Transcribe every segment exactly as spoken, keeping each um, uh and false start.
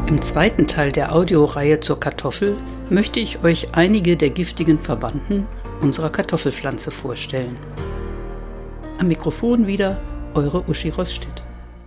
Im zweiten Teil der Audioreihe zur Kartoffel möchte ich euch einige der giftigen Verwandten unserer Kartoffelpflanze vorstellen. Am Mikrofon wieder eure Uschi Röststedt.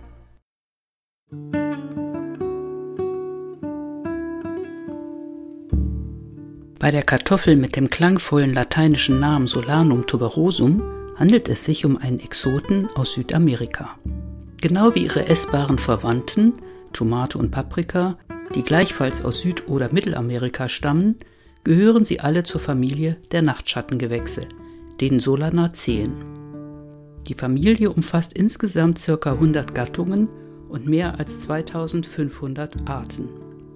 Bei der Kartoffel mit dem klangvollen lateinischen Namen Solanum tuberosum handelt es sich um einen Exoten aus Südamerika. Genau wie ihre essbaren Verwandten, Tomate und Paprika, die gleichfalls aus Süd- oder Mittelamerika stammen, gehören sie alle zur Familie der Nachtschattengewächse, den Solanaceen. Die Familie umfasst insgesamt ca. hundert Gattungen und mehr als zweitausendfünfhundert Arten.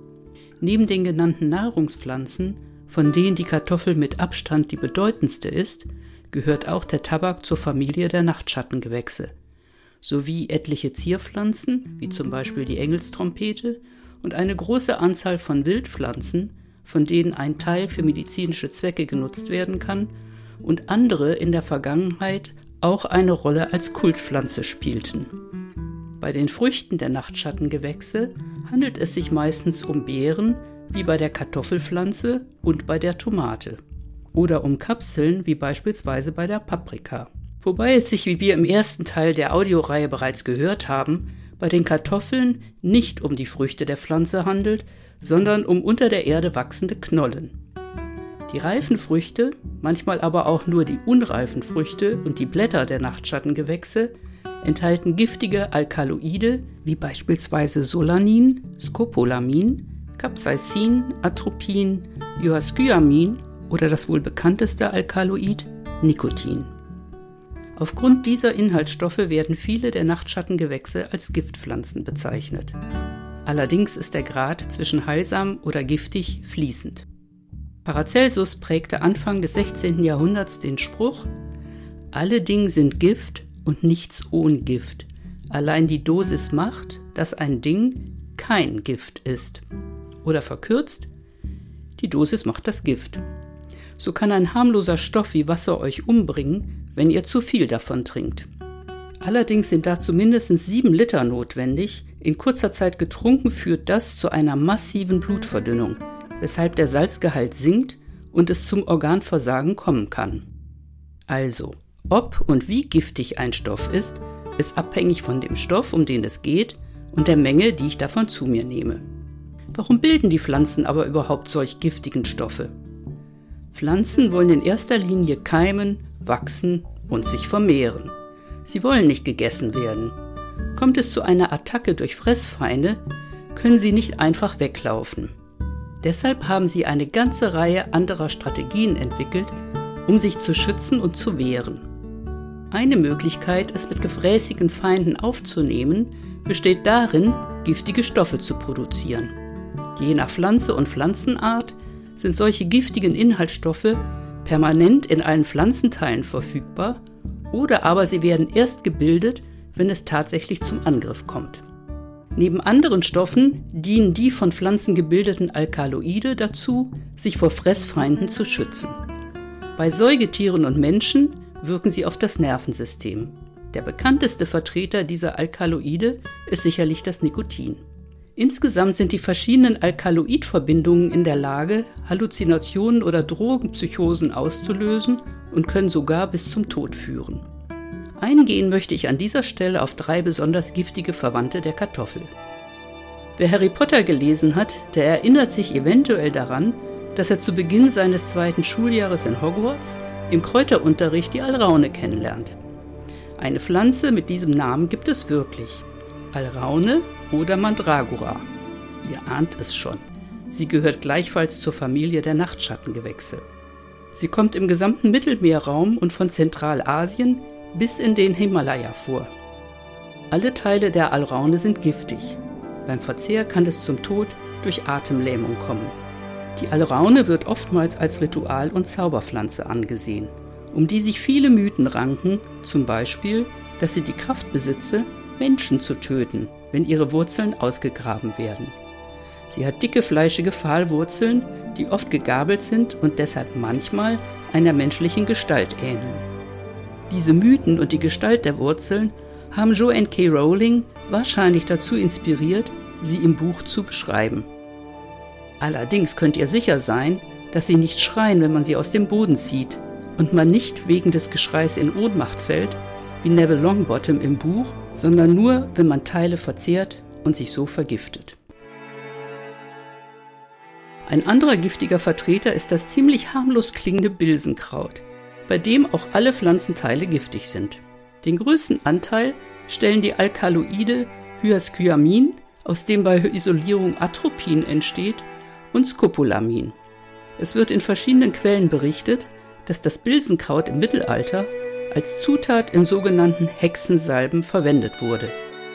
Neben den genannten Nahrungspflanzen, von denen die Kartoffel mit Abstand die bedeutendste ist, gehört auch der Tabak zur Familie der Nachtschattengewächse, sowie etliche Zierpflanzen, wie zum Beispiel die Engelstrompete, und eine große Anzahl von Wildpflanzen, von denen ein Teil für medizinische Zwecke genutzt werden kann und andere in der Vergangenheit auch eine Rolle als Kultpflanze spielten. Bei den Früchten der Nachtschattengewächse handelt es sich meistens um Beeren, wie bei der Kartoffelpflanze und bei der Tomate, oder um Kapseln, wie beispielsweise bei der Paprika. Wobei es sich, wie wir im ersten Teil der Audioreihe bereits gehört haben, bei den Kartoffeln nicht um die Früchte der Pflanze handelt, sondern um unter der Erde wachsende Knollen. Die reifen Früchte, manchmal aber auch nur die unreifen Früchte und die Blätter der Nachtschattengewächse, enthalten giftige Alkaloide wie beispielsweise Solanin, Scopolamin, Capsaicin, Atropin, Joascyamin oder das wohl bekannteste Alkaloid, Nikotin. Aufgrund dieser Inhaltsstoffe werden viele der Nachtschattengewächse als Giftpflanzen bezeichnet. Allerdings ist der Grad zwischen heilsam oder giftig fließend. Paracelsus prägte Anfang des sechzehnten Jahrhunderts den Spruch: Alle Dinge sind Gift und nichts ohne Gift. Allein die Dosis macht, dass ein Ding kein Gift ist. Oder verkürzt: Die Dosis macht das Gift. So kann ein harmloser Stoff wie Wasser euch umbringen, wenn ihr zu viel davon trinkt. Allerdings sind dazu mindestens sieben Liter notwendig. In kurzer Zeit getrunken führt das zu einer massiven Blutverdünnung, weshalb der Salzgehalt sinkt und es zum Organversagen kommen kann. Also, ob und wie giftig ein Stoff ist, ist abhängig von dem Stoff, um den es geht, und der Menge, die ich davon zu mir nehme. Warum bilden die Pflanzen aber überhaupt solch giftigen Stoffe? Pflanzen wollen in erster Linie keimen, wachsen und sich vermehren. Sie wollen nicht gegessen werden. Kommt es zu einer Attacke durch Fressfeinde, können sie nicht einfach weglaufen. Deshalb haben sie eine ganze Reihe anderer Strategien entwickelt, um sich zu schützen und zu wehren. Eine Möglichkeit, es mit gefräßigen Feinden aufzunehmen, besteht darin, giftige Stoffe zu produzieren. Je nach Pflanze und Pflanzenart sind solche giftigen Inhaltsstoffe permanent in allen Pflanzenteilen verfügbar, oder aber sie werden erst gebildet, wenn es tatsächlich zum Angriff kommt. Neben anderen Stoffen dienen die von Pflanzen gebildeten Alkaloide dazu, sich vor Fressfeinden zu schützen. Bei Säugetieren und Menschen wirken sie auf das Nervensystem. Der bekannteste Vertreter dieser Alkaloide ist sicherlich das Nikotin. Insgesamt sind die verschiedenen Alkaloidverbindungen in der Lage, Halluzinationen oder Drogenpsychosen auszulösen und können sogar bis zum Tod führen. Eingehen möchte ich an dieser Stelle auf drei besonders giftige Verwandte der Kartoffel. Wer Harry Potter gelesen hat, der erinnert sich eventuell daran, dass er zu Beginn seines zweiten Schuljahres in Hogwarts im Kräuterunterricht die Alraune kennenlernt. Eine Pflanze mit diesem Namen gibt es wirklich. Alraune oder Mandragora. Ihr ahnt es schon. Sie gehört gleichfalls zur Familie der Nachtschattengewächse. Sie kommt im gesamten Mittelmeerraum und von Zentralasien bis in den Himalaya vor. Alle Teile der Alraune sind giftig. Beim Verzehr kann es zum Tod durch Atemlähmung kommen. Die Alraune wird oftmals als Ritual- und Zauberpflanze angesehen, um die sich viele Mythen ranken, zum Beispiel, dass sie die Kraft besitze, Menschen zu töten, wenn ihre Wurzeln ausgegraben werden. Sie hat dicke, fleischige Pfahlwurzeln, die oft gegabelt sind und deshalb manchmal einer menschlichen Gestalt ähneln. Diese Mythen und die Gestalt der Wurzeln haben Joanne K. Rowling wahrscheinlich dazu inspiriert, sie im Buch zu beschreiben. Allerdings könnt ihr sicher sein, dass sie nicht schreien, wenn man sie aus dem Boden zieht und man nicht wegen des Geschreis in Ohnmacht fällt, wie Neville Longbottom im Buch, sondern nur, wenn man Teile verzehrt und sich so vergiftet. Ein anderer giftiger Vertreter ist das ziemlich harmlos klingende Bilsenkraut, bei dem auch alle Pflanzenteile giftig sind. Den größten Anteil stellen die Alkaloide Hyoscyamin, aus dem bei Isolierung Atropin entsteht, und Scopolamin. Es wird in verschiedenen Quellen berichtet, dass das Bilsenkraut im Mittelalter als Zutat in sogenannten Hexensalben verwendet wurde.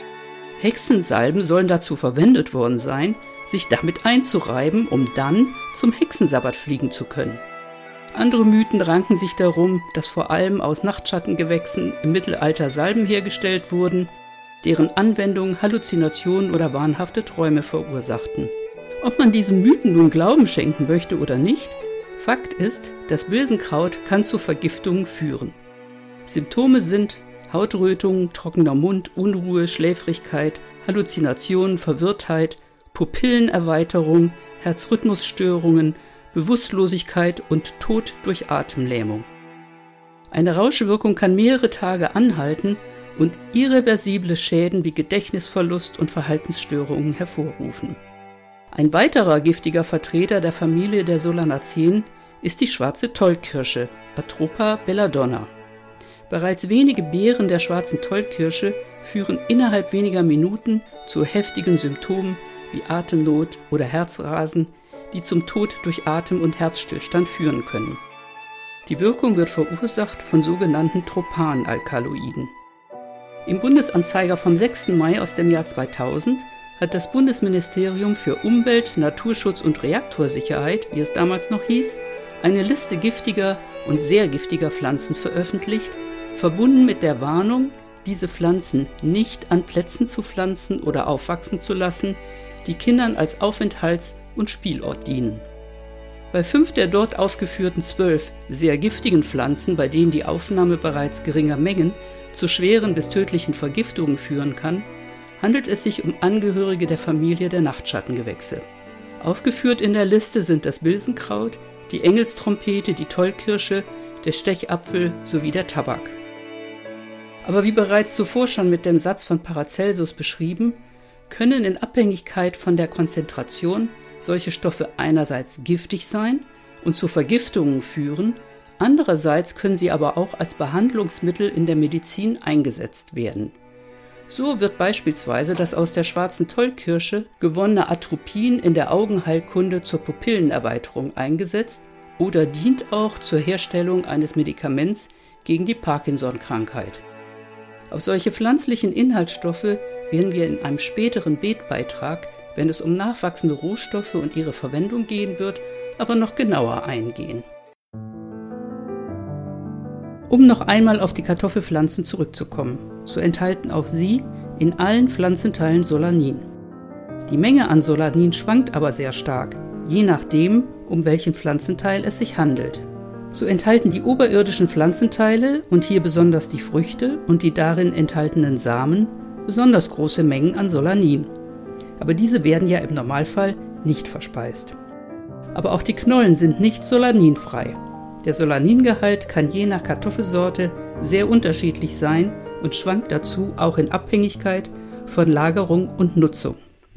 Hexensalben sollen dazu verwendet worden sein, sich damit einzureiben, um dann zum Hexensabbat fliegen zu können. Andere Mythen ranken sich darum, dass vor allem aus Nachtschattengewächsen im Mittelalter Salben hergestellt wurden, deren Anwendung Halluzinationen oder wahnhafte Träume verursachten. Ob man diesen Mythen nun Glauben schenken möchte oder nicht, Fakt ist, das Bilsenkraut kann zu Vergiftungen führen. Symptome sind Hautrötung, trockener Mund, Unruhe, Schläfrigkeit, Halluzinationen, Verwirrtheit, Pupillenerweiterung, Herzrhythmusstörungen, Bewusstlosigkeit und Tod durch Atemlähmung. Eine Rauschwirkung kann mehrere Tage anhalten und irreversible Schäden wie Gedächtnisverlust und Verhaltensstörungen hervorrufen. Ein weiterer giftiger Vertreter der Familie der Solanaceen ist die schwarze Tollkirsche, Atropa belladonna. Bereits wenige Beeren der schwarzen Tollkirsche führen innerhalb weniger Minuten zu heftigen Symptomen wie Atemnot oder Herzrasen, die zum Tod durch Atem- und Herzstillstand führen können. Die Wirkung wird verursacht von sogenannten Tropan-Alkaloiden. Im Bundesanzeiger vom sechsten Mai aus dem Jahr zweitausend hat das Bundesministerium für Umwelt, Naturschutz und Reaktorsicherheit, wie es damals noch hieß, eine Liste giftiger und sehr giftiger Pflanzen veröffentlicht, verbunden mit der Warnung, diese Pflanzen nicht an Plätzen zu pflanzen oder aufwachsen zu lassen, die Kindern als Aufenthalts- und Spielort dienen. Bei fünf der dort aufgeführten zwölf sehr giftigen Pflanzen, bei denen die Aufnahme bereits geringer Mengen zu schweren bis tödlichen Vergiftungen führen kann, handelt es sich um Angehörige der Familie der Nachtschattengewächse. Aufgeführt in der Liste sind das Bilsenkraut, die Engelstrompete, die Tollkirsche, der Stechapfel sowie der Tabak. Aber wie bereits zuvor schon mit dem Satz von Paracelsus beschrieben, können in Abhängigkeit von der Konzentration solche Stoffe einerseits giftig sein und zu Vergiftungen führen, andererseits können sie aber auch als Behandlungsmittel in der Medizin eingesetzt werden. So wird beispielsweise das aus der schwarzen Tollkirsche gewonnene Atropin in der Augenheilkunde zur Pupillenerweiterung eingesetzt oder dient auch zur Herstellung eines Medikaments gegen die Parkinson-Krankheit. Auf solche pflanzlichen Inhaltsstoffe werden wir in einem späteren Beetbeitrag, wenn es um nachwachsende Rohstoffe und ihre Verwendung gehen wird, aber noch genauer eingehen. Um noch einmal auf die Kartoffelpflanzen zurückzukommen, so enthalten auch sie in allen Pflanzenteilen Solanin. Die Menge an Solanin schwankt aber sehr stark, je nachdem, um welchen Pflanzenteil es sich handelt. So enthalten die oberirdischen Pflanzenteile und hier besonders die Früchte und die darin enthaltenen Samen besonders große Mengen an Solanin. Aber diese werden ja im Normalfall nicht verspeist. Aber auch die Knollen sind nicht solaninfrei. Der Solaningehalt kann je nach Kartoffelsorte sehr unterschiedlich sein und schwankt dazu auch in Abhängigkeit von Lagerung und Nutzung.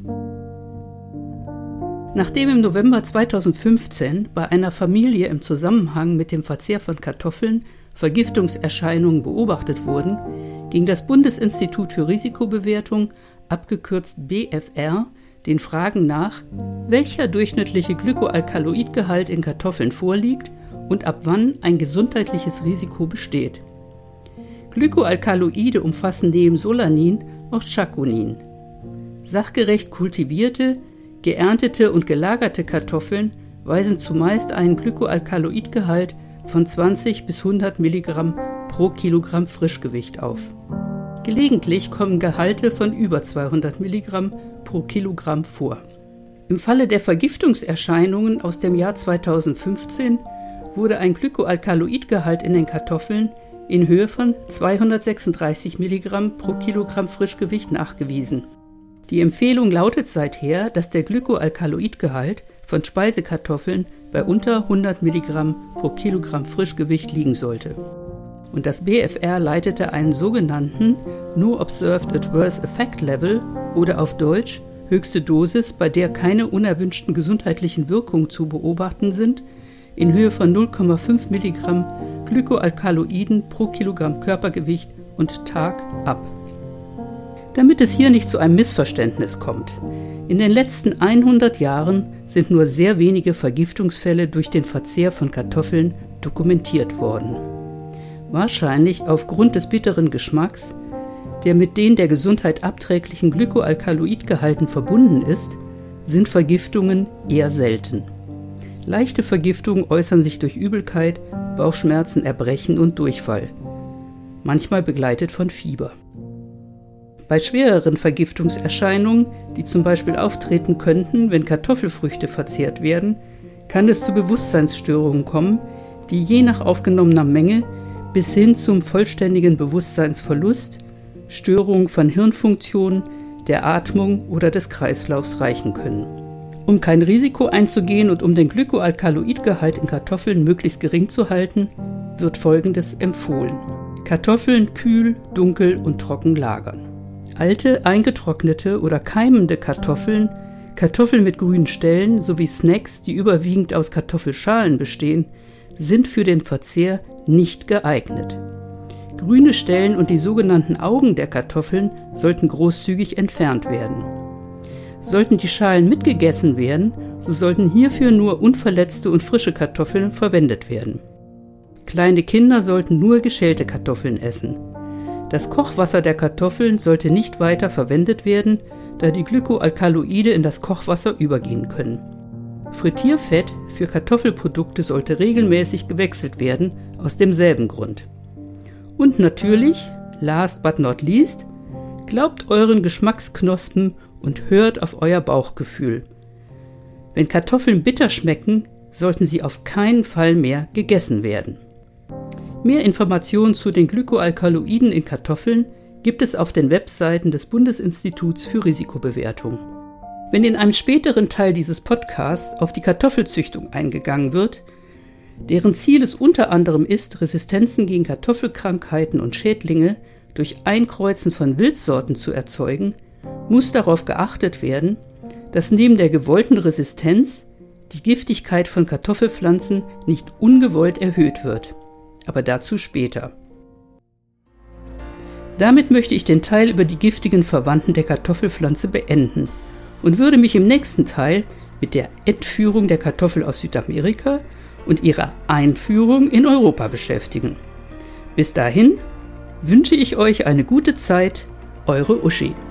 Nachdem im November zweitausendfünfzehn bei einer Familie im Zusammenhang mit dem Verzehr von Kartoffeln Vergiftungserscheinungen beobachtet wurden, ging das Bundesinstitut für Risikobewertung, abgekürzt B F R, den Fragen nach, welcher durchschnittliche Glykoalkaloidgehalt in Kartoffeln vorliegt und ab wann ein gesundheitliches Risiko besteht. Glykoalkaloide umfassen neben Solanin auch Chaconin. Sachgerecht kultivierte, geerntete und gelagerte Kartoffeln weisen zumeist einen Glykoalkaloidgehalt von zwanzig bis hundert Milligramm pro Kilogramm Frischgewicht auf. Gelegentlich kommen Gehalte von über zweihundert Milligramm pro Kilogramm vor. Im Falle der Vergiftungserscheinungen aus dem Jahr zweitausendfünfzehn wurde ein Glykoalkaloidgehalt in den Kartoffeln in Höhe von zweihundertsechsunddreißig Milligramm pro Kilogramm Frischgewicht nachgewiesen. Die Empfehlung lautet seither, dass der Glykoalkaloidgehalt von Speisekartoffeln bei unter hundert Milligramm pro Kilogramm Frischgewicht liegen sollte. Und das B F R leitete einen sogenannten No Observed Adverse Effect Level oder auf Deutsch höchste Dosis, bei der keine unerwünschten gesundheitlichen Wirkungen zu beobachten sind, in Höhe von null Komma fünf Milligramm Glykoalkaloiden pro Kilogramm Körpergewicht und Tag ab. Damit es hier nicht zu einem Missverständnis kommt: In den letzten hundert Jahren sind nur sehr wenige Vergiftungsfälle durch den Verzehr von Kartoffeln dokumentiert worden. Wahrscheinlich aufgrund des bitteren Geschmacks, der mit den der Gesundheit abträglichen Glykoalkaloidgehalten verbunden ist, sind Vergiftungen eher selten. Leichte Vergiftungen äußern sich durch Übelkeit, Bauchschmerzen, Erbrechen und Durchfall, manchmal begleitet von Fieber. Bei schwereren Vergiftungserscheinungen, die zum Beispiel auftreten könnten, wenn Kartoffelfrüchte verzehrt werden, kann es zu Bewusstseinsstörungen kommen, die je nach aufgenommener Menge bis hin zum vollständigen Bewusstseinsverlust, Störungen von Hirnfunktionen, der Atmung oder des Kreislaufs reichen können. Um kein Risiko einzugehen und um den Glykoalkaloidgehalt in Kartoffeln möglichst gering zu halten, wird Folgendes empfohlen: Kartoffeln kühl, dunkel und trocken lagern. Alte, eingetrocknete oder keimende Kartoffeln, Kartoffeln mit grünen Stellen sowie Snacks, die überwiegend aus Kartoffelschalen bestehen, sind für den Verzehr nicht geeignet. Grüne Stellen und die sogenannten Augen der Kartoffeln sollten großzügig entfernt werden. Sollten die Schalen mitgegessen werden, so sollten hierfür nur unverletzte und frische Kartoffeln verwendet werden. Kleine Kinder sollten nur geschälte Kartoffeln essen. Das Kochwasser der Kartoffeln sollte nicht weiter verwendet werden, da die Glykoalkaloide in das Kochwasser übergehen können. Frittierfett für Kartoffelprodukte sollte regelmäßig gewechselt werden, aus demselben Grund. Und natürlich, last but not least, glaubt euren Geschmacksknospen und hört auf euer Bauchgefühl. Wenn Kartoffeln bitter schmecken, sollten sie auf keinen Fall mehr gegessen werden. Mehr Informationen zu den Glykoalkaloiden in Kartoffeln gibt es auf den Webseiten des Bundesinstituts für Risikobewertung. Wenn in einem späteren Teil dieses Podcasts auf die Kartoffelzüchtung eingegangen wird, deren Ziel es unter anderem ist, Resistenzen gegen Kartoffelkrankheiten und Schädlinge durch Einkreuzen von Wildsorten zu erzeugen, muss darauf geachtet werden, dass neben der gewollten Resistenz die Giftigkeit von Kartoffelpflanzen nicht ungewollt erhöht wird. Aber dazu später. Damit möchte ich den Teil über die giftigen Verwandten der Kartoffelpflanze beenden und würde mich im nächsten Teil mit der Entführung der Kartoffel aus Südamerika und ihrer Einführung in Europa beschäftigen. Bis dahin wünsche ich euch eine gute Zeit, eure Uschi.